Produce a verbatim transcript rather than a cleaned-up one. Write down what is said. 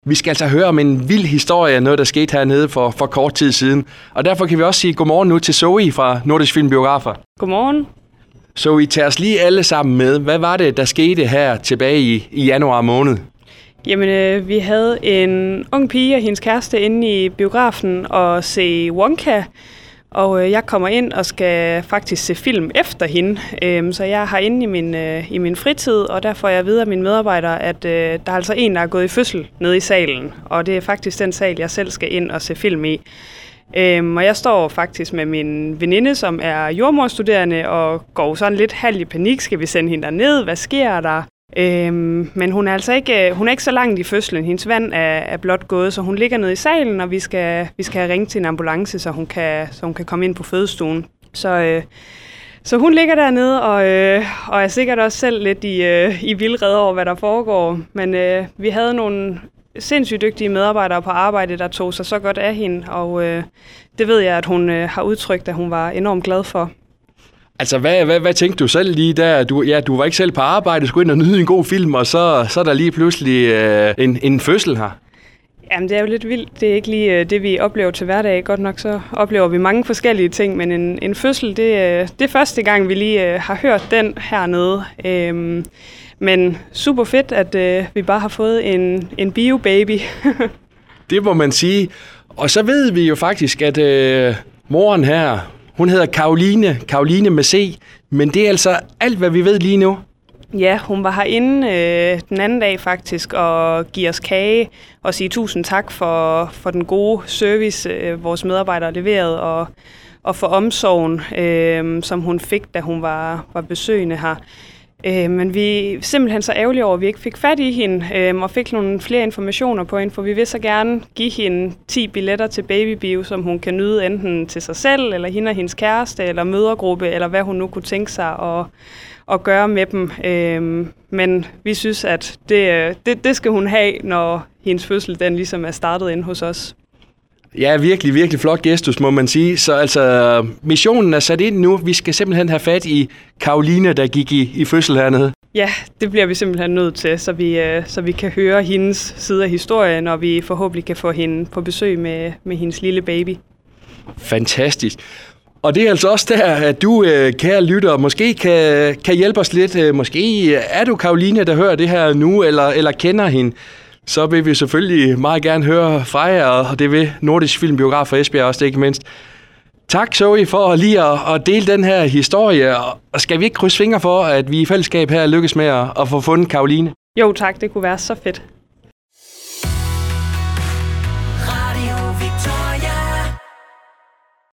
Vi skal altså høre om en vild historie, noget der skete hernede for, for kort tid siden. Og derfor kan vi også sige godmorgen nu til Zoe fra Nordisk Film Biografer. Godmorgen. Zoe, tager os lige alle sammen med. Hvad var det, der skete her tilbage i, i januar måned? Jamen, øh, vi havde en ung pige og hendes kæreste inde i biografen og se Wonka. Og øh, jeg kommer ind og skal faktisk se film efter hende. Øhm, så jeg har inde i min, øh, i min fritid, og der får jeg videre af mine medarbejdere, at øh, der er altså en, der er gået i fødsel nede i salen. Og det er faktisk den sal, jeg selv skal ind og se film i. Øhm, og jeg står faktisk med min veninde, som er jordmorstuderende, og går sådan lidt halv i panik. Skal vi sende hende derned? Hvad sker der? Øhm, men hun er altså ikke, hun er ikke så langt i fødslen. Hendes vand er, er blot gået, så hun ligger nede i salen, og vi skal, vi skal have ringet til en ambulance, så hun kan, så hun kan komme ind på fødestuen. Så, øh, så hun ligger dernede, og, øh, og er sikkert også selv lidt i, øh, i vildrede over, hvad der foregår. Men øh, vi havde nogle sindssygt dygtige medarbejdere på arbejde, der tog sig så godt af hende, og øh, det ved jeg, at hun øh, har udtrykt, at hun var enormt glad for. Altså, hvad, hvad, hvad tænkte du selv lige der? Du, ja, du var ikke selv på arbejde, skulle ind og nyde en god film, og så, så er der lige pludselig øh, en, en fødsel her. Jamen, det er jo lidt vildt. Det er ikke lige øh, det, vi oplever til hverdag. Godt nok så oplever vi mange forskellige ting, men en, en fødsel, det, øh, det er første gang, vi lige øh, har hørt den hernede. Øhm, men super fedt, at øh, vi bare har fået en, en bio-baby. Det må man sige. Og så ved vi jo faktisk, at øh, moren her, hun hedder Caroline, Caroline med C, men det er altså alt, hvad vi ved lige nu. Ja, hun var herinde øh, den anden dag faktisk og give os kage og sige tusind tak for, for den gode service, øh, vores medarbejdere leverede, og, og for omsorgen, øh, som hun fik, da hun var, var besøgende her. Øh, men vi er simpelthen så ærgerlige over, at vi ikke fik fat i hende øh, og fik nogle flere informationer på hende, for vi vil så gerne give hende ti billetter til babybio, som hun kan nyde enten til sig selv, eller hende og hendes kæreste, eller mødergruppe, eller hvad hun nu kunne tænke sig at, at gøre med dem. Øh, men vi synes, at det, det, det skal hun have, når hendes fødsel den ligesom er startet inde hos os. Ja, virkelig, virkelig flot gestus, må man sige. Så altså, missionen er sat ind nu. Vi skal simpelthen have fat i Caroline, der gik i, i fødsel hernede. Ja, det bliver vi simpelthen nødt til, så vi, øh, så vi kan høre hendes side af historien, og vi forhåbentlig kan få hende på besøg med, med hendes lille baby. Fantastisk. Og det er altså også der, at du, kære lytter, måske kan, kan hjælpe os lidt. Måske er du Caroline, der hører det her nu, eller, eller kender hende. Så vil vi selvfølgelig meget gerne høre fra jer, og det vil Nordisk Film Biografer Esbjerg også, ikke mindst. Tak, Zoe, for lige at, at dele den her historie. Og skal vi ikke krydse fingre for, at vi i fællesskab her lykkes med at, at få fundet Caroline? Jo tak, det kunne være så fedt.